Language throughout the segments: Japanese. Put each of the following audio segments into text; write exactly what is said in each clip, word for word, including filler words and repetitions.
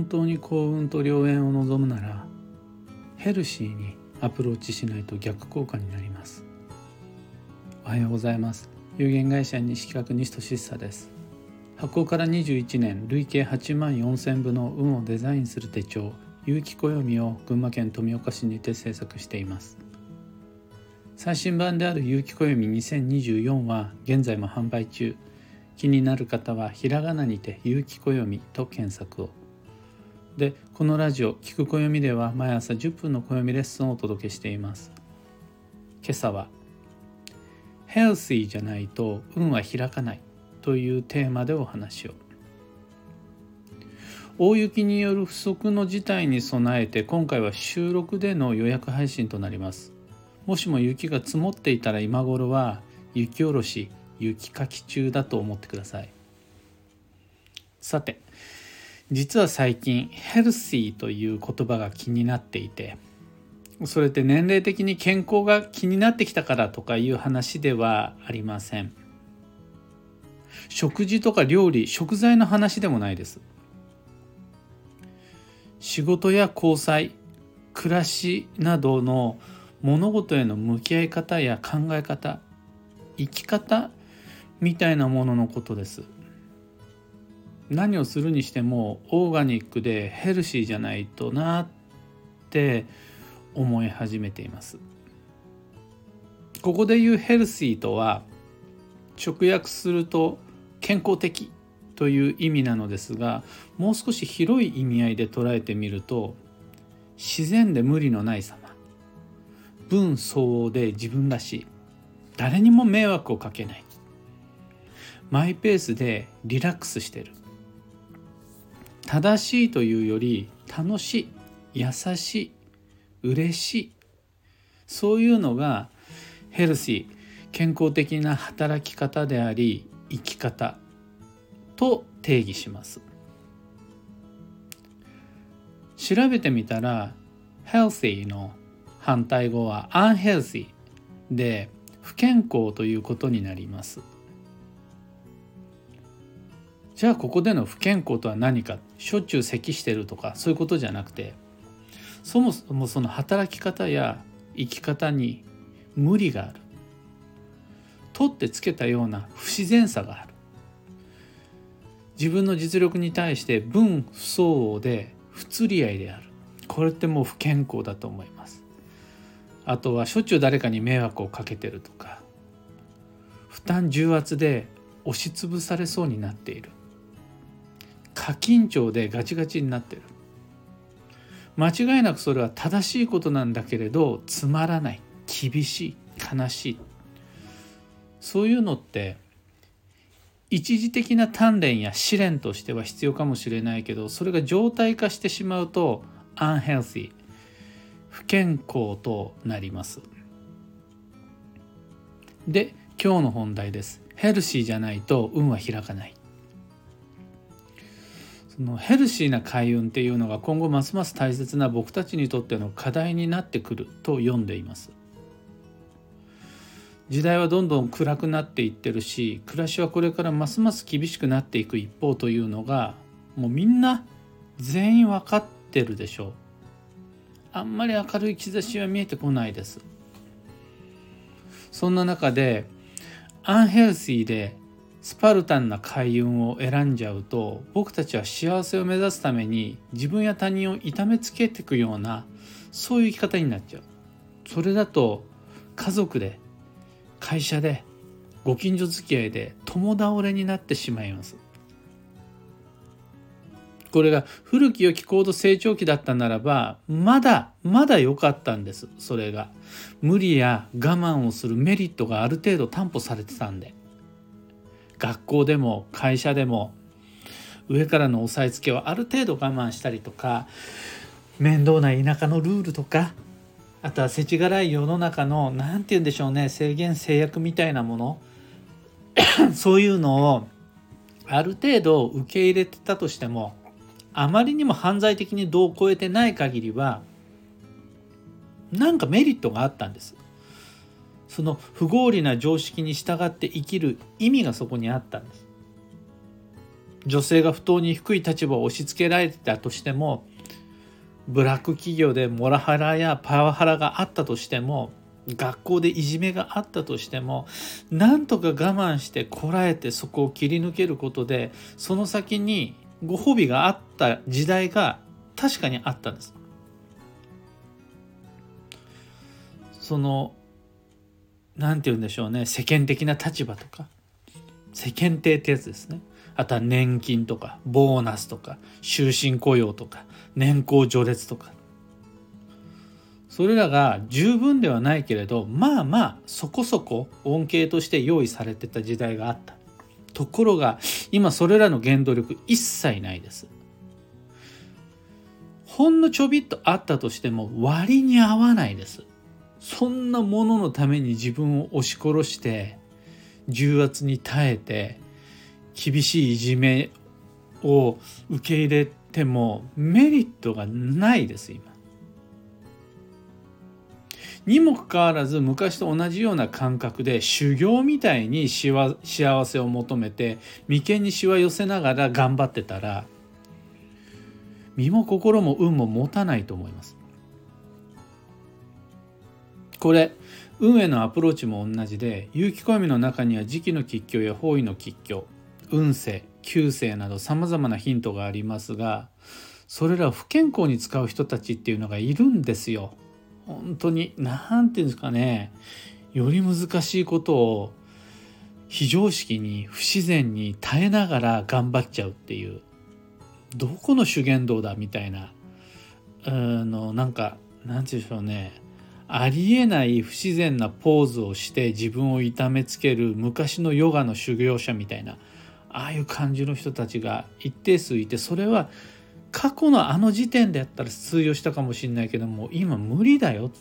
当に幸運と良縁を望むならヘルシーにアプローチしないと逆効果になります。おはようございます。有限会社西企画西俊久です。発行からにじゅういちねん、累計はちまんよんせんぶの運をデザインする手帳有機暦を群馬県富岡市にて制作しています。最新版である有機暦にせんにじゅうよんは現在も販売中。気になる方はひらがなにて有機暦と検索を。で、このラジオ聞く暦では毎朝じゅっぷんの暦レッスンをお届けしています。今朝はヘルシーじゃないと運は開かないというテーマでお話を。大雪による不測の事態に備えて今回は収録での予約配信となります。もしも雪が積もっていたら今頃は雪下ろし、雪かき中だと思ってください。さて、実は最近ヘルシーという言葉が気になっていて、それって年齢的に健康が気になってきたからとかいう話ではありません。食事とか料理、食材の話でもないです。仕事や交際、暮らしなどの物事への向き合い方や考え方、生き方みたいなもののことです。何をするにしてもオーガニックでヘルシーじゃないとなって思い始めています。ここで言うヘルシーとは直訳すると健康的という意味なのですが、もう少し広い意味合いで捉えてみると、自然で無理のない様、分相応で自分らしい、誰にも迷惑をかけない、マイペースでリラックスしている、正しいというより楽しい、優しい、嬉しい、そういうのがヘルシー、健康的な働き方であり生き方と定義します。調べてみたら healthy の反対語は unhealthy で不健康ということになります。じゃあここでの不健康とは何か、しょっちゅう咳してるとかそういうことじゃなくて、そもそもその働き方や生き方に無理がある、取ってつけたような不自然さがある、自分の実力に対して分不相応で不釣り合いである、これってもう不健康だと思います。あとはしょっちゅう誰かに迷惑をかけてるとか、負担重圧で押しつぶされそうになっている、過緊張でガチガチになっている、間違いなくそれは正しいことなんだけれどつまらない、厳しい、悲しい、そういうのって一時的な鍛錬や試練としては必要かもしれないけど、それが常態化してしまうと unhealthy、 不健康となります。で、今日の本題です。ヘルシーじゃないと運は開かない。そのヘルシーな開運っていうのが今後ますます大切な僕たちにとっての課題になってくると読んでいます。時代はどんどん暗くなっていってるし、暮らしはこれからますます厳しくなっていく一方というのがもうみんな全員分かってるでしょう。あんまり明るい兆しは見えてこないです。そんな中でアンヘルシーでスパルタンな開運を選んじゃうと、僕たちは幸せを目指すために自分や他人を痛めつけていくような、そういう生き方になっちゃう。それだと家族で、会社で、ご近所付き合いで共倒れになってしまいます。これが古き良き高度成長期だったならばまだまだ良かったんです。それが無理や我慢をするメリットがある程度担保されてたんで、学校でも会社でも上からの押さえつけをある程度我慢したりとか、面倒な田舎のルールとか、あとは世知辛い世の中のなんて言うんでしょうね、制限制約みたいなものそういうのをある程度受け入れてたとしても、あまりにも犯罪的に度を超えてない限りはなんかメリットがあったんです。その不合理な常識に従って生きる意味がそこにあったんです。 女性が不当に低い立場を押し付けられてたとしても、ブラック企業でモラハラやパワハラがあったとしても、学校でいじめがあったとしても、なんとか我慢してこらえてそこを切り抜けることで、その先にご褒美があった時代が確かにあったんです。そのなんて言うんでしょうね、世間的な立場とか世間体ってやつですね。あとは年金とかボーナスとか終身雇用とか年功序列とか、それらが十分ではないけれど、まあまあそこそこ恩恵として用意されてた時代があった。ところが今それらの原動力一切ないです。ほんのちょびっとあったとしても割に合わないです。そんなもののために自分を押し殺して重圧に耐えて厳しいいじめを受け入れてもメリットがないです今。にもかかわらず昔と同じような感覚で修行みたいにしわ幸せを求めて眉間にしわ寄せながら頑張ってたら、身も心も運も持たないと思います。これ運へのアプローチも同じで、有機暦の中には時期の吉凶や方位の吉凶、運勢、九星などさまざまなヒントがありますが、それらを不健康に使う人たちっていうのがいるんですよ。本当に何ていうんですかね、より難しいことを非常識に不自然に耐えながら頑張っちゃうっていう、どこの修験道だみたいな、あのなんかなんていうんでしょうね、ありえない不自然なポーズをして自分を痛めつける昔のヨガの修行者みたいな、ああいう感じの人たちが一定数いて、それは過去のあの時点でやったら通用したかもしれないけども今無理だよって。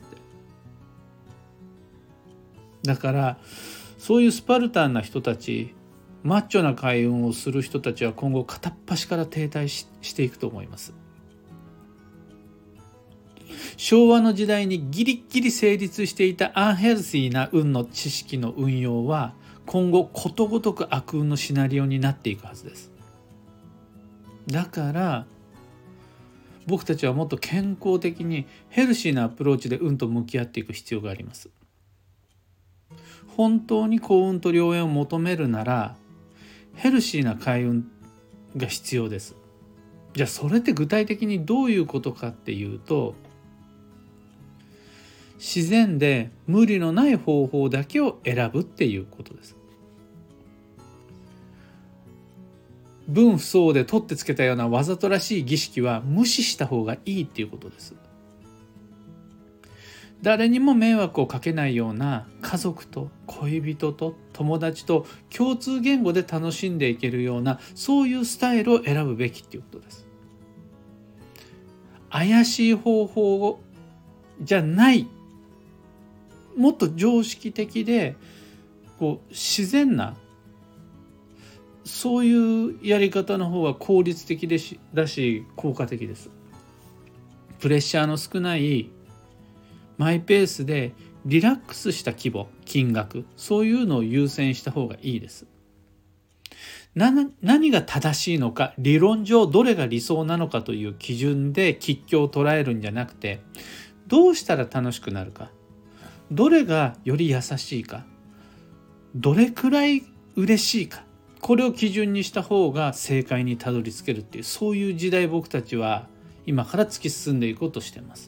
だからそういうスパルタンな人たち、マッチョな開運をする人たちは今後片っ端から停滞 し, していくと思います。昭和の時代にギリギリ成立していたアンヘルシーな運の知識の運用は今後ことごとく悪運のシナリオになっていくはずです。だから僕たちはもっと健康的にヘルシーなアプローチで運と向き合っていく必要があります。本当に幸運と良縁を求めるならヘルシーな開運が必要です。じゃあそれって具体的にどういうことかっていうと、自然で無理のない方法だけを選ぶっていうことです。分不相で取ってつけたようなわざとらしい儀式は無視した方がいいっていうことです。誰にも迷惑をかけないような家族と恋人と友達と共通言語で楽しんでいけるような、そういうスタイルを選ぶべきっていうことです。怪しい方法じゃない、もっと常識的でこう自然な、そういうやり方の方が効率的でしだし効果的です。プレッシャーの少ないマイペースでリラックスした規模、金額、そういうのを優先した方がいいです。な何が正しいのか、理論上どれが理想なのかという基準で吉凶を捉えるんじゃなくて、どうしたら楽しくなるか、どれがより優しいか、どれくらい嬉しいか、これを基準にした方が正解にたどり着けるっていう、そういう時代僕たちは今から突き進んでいこうとしています。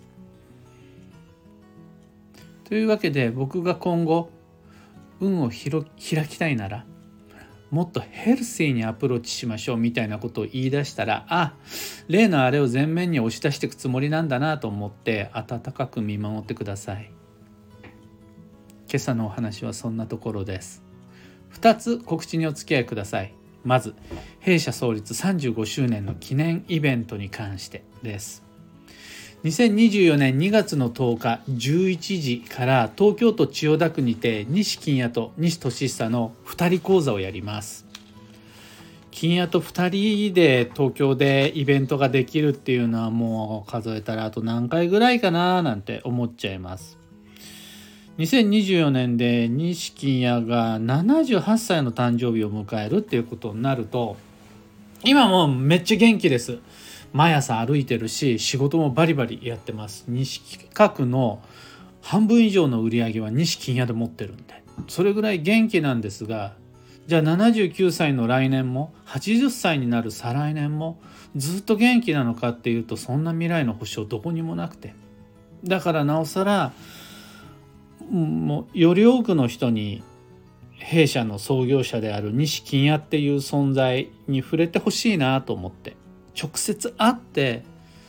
というわけで僕が今後運を開きたいなら、もっとヘルシーにアプローチしましょうみたいなことを言い出したら、あ、例のあれを前面に押し出していくつもりなんだなと思って温かく見守ってください。今朝のお話はそんなところです。ふたつ告知にお付き合いください。まず弊社創立さんじゅうごしゅうねんの記念イベントに関してです。にせんにじゅうよねんにがつのとおかじゅういちじから東京都千代田区にて西金谷と西俊久のふたり講座をやります。金谷とふたりで東京でイベントができるっていうのはもう数えたらあと何回ぐらいかななんて思っちゃいます。にせんにじゅうよねんで西金谷がななじゅうはっさいの誕生日を迎えるっていうことになると、 今もめっちゃ元気です。毎朝歩いてるし、仕事もバリバリやってます。西企画の半分以上の売り上げは西金屋で持ってるんで、それぐらい元気なんですが、じゃあななじゅうきゅうさいの来年もはちじゅっさいになる再来年もずっと元気なのかっていうと、そんな未来の保証どこにもなくて、だからなおさらもうより多くの人に弊社の創業者である西金屋っていう存在に触れてほしいなと思って、直接会って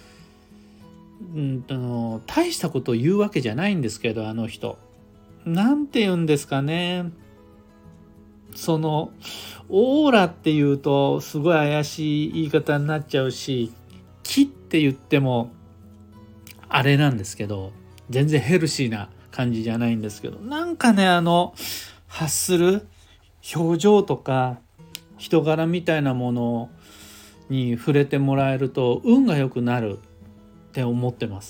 うんと大したことを言うわけじゃないんですけど、あの人なんて言うんですかね、そのオーラっていうとすごい怪しい言い方になっちゃうし、木って言ってもあれなんですけど、全然ヘルシーな感じじゃないんですけど、なんかね、あの発する表情とか人柄みたいなものに触れてもらえると運が良くなるって思ってます。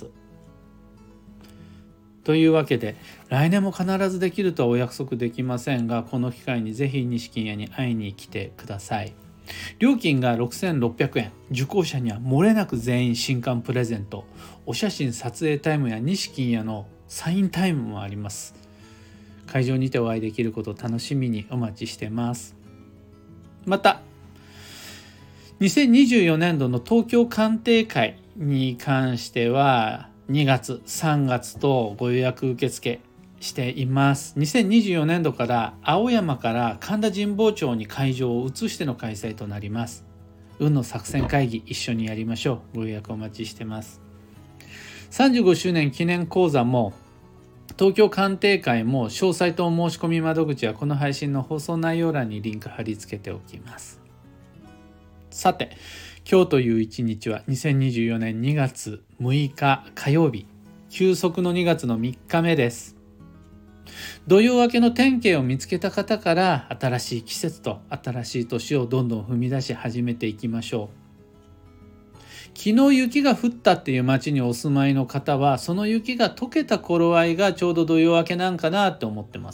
というわけで、来年も必ずできるとはお約束できませんが、この機会にぜひ西金屋に会いに来てください。料金がろくせんろっぴゃくえん、受講者には漏れなく全員新刊プレゼント、お写真撮影タイムや西金屋のサインタイムもあります。会場にてお会いできることを楽しみにお待ちしてます。またにせんにじゅうよねんどの東京鑑定会に関してはにがつさんがつとご予約受付しています。にせんにじゅうよねんどから青山から神田神保町に会場を移しての開催となります。運の作戦会議一緒にやりましょう。ご予約お待ちしてます。さんじゅうごしゅうねん記念講座も東京鑑定会も詳細と申し込み窓口はこの配信の放送内容欄にリンク貼り付けておきます。さて、今日という一日はにせんにじゅうよねんにがつむいか火曜日、休息のにがつのみっかめです。土曜明けの天気を見つけた方から、新しい季節と新しい年をどんどん踏み出し始めていきましょう。昨日雪が降ったっていう町にお住まいの方は、その雪が溶けた頃合いがちょうど土曜明けなんかなって思ってます。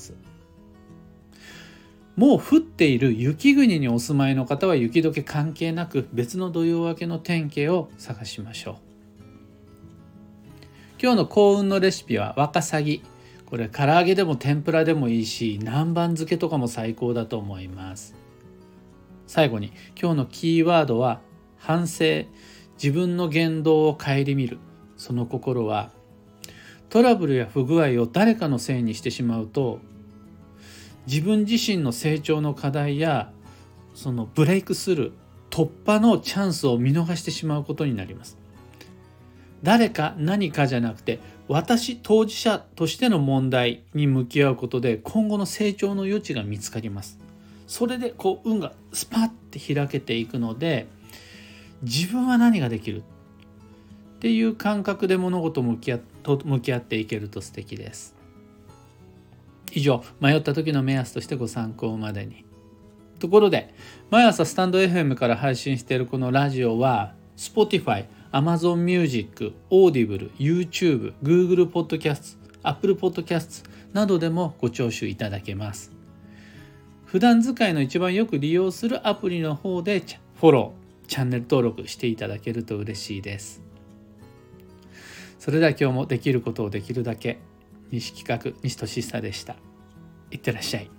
もう降っている雪国にお住まいの方は雪解け関係なく別の土曜明けの天気を探しましょう。今日の幸運のレシピはワカサギ。これ唐揚げでも天ぷらでもいいし、南蛮漬けとかも最高だと思います。最後に今日のキーワードは反省。自分の言動を顧みる。その心は、トラブルや不具合を誰かのせいにしてしまうと、自分自身の成長の課題やそのブレイクスルー、突破のチャンスを見逃してしまうことになります。誰か何かじゃなくて、私当事者としての問題に向き合うことで今後の成長の余地が見つかります。それでこう運がスパッて開けていくので、自分は何ができるっていう感覚で物事向き合と向き合っていけると素敵です。以上、迷った時の目安としてご参考までに。ところで、毎朝スタンド エフエム から配信しているこのラジオは Spotify、Amazon Music、Audible、YouTube、Google Podcast、Apple Podcast などでもご聴取いただけます。普段使いの一番よく利用するアプリの方でフォロー、チャンネル登録していただけると嬉しいです。それでは今日もできることをできるだけ。西企画、西俊久でした。いってらっしゃい。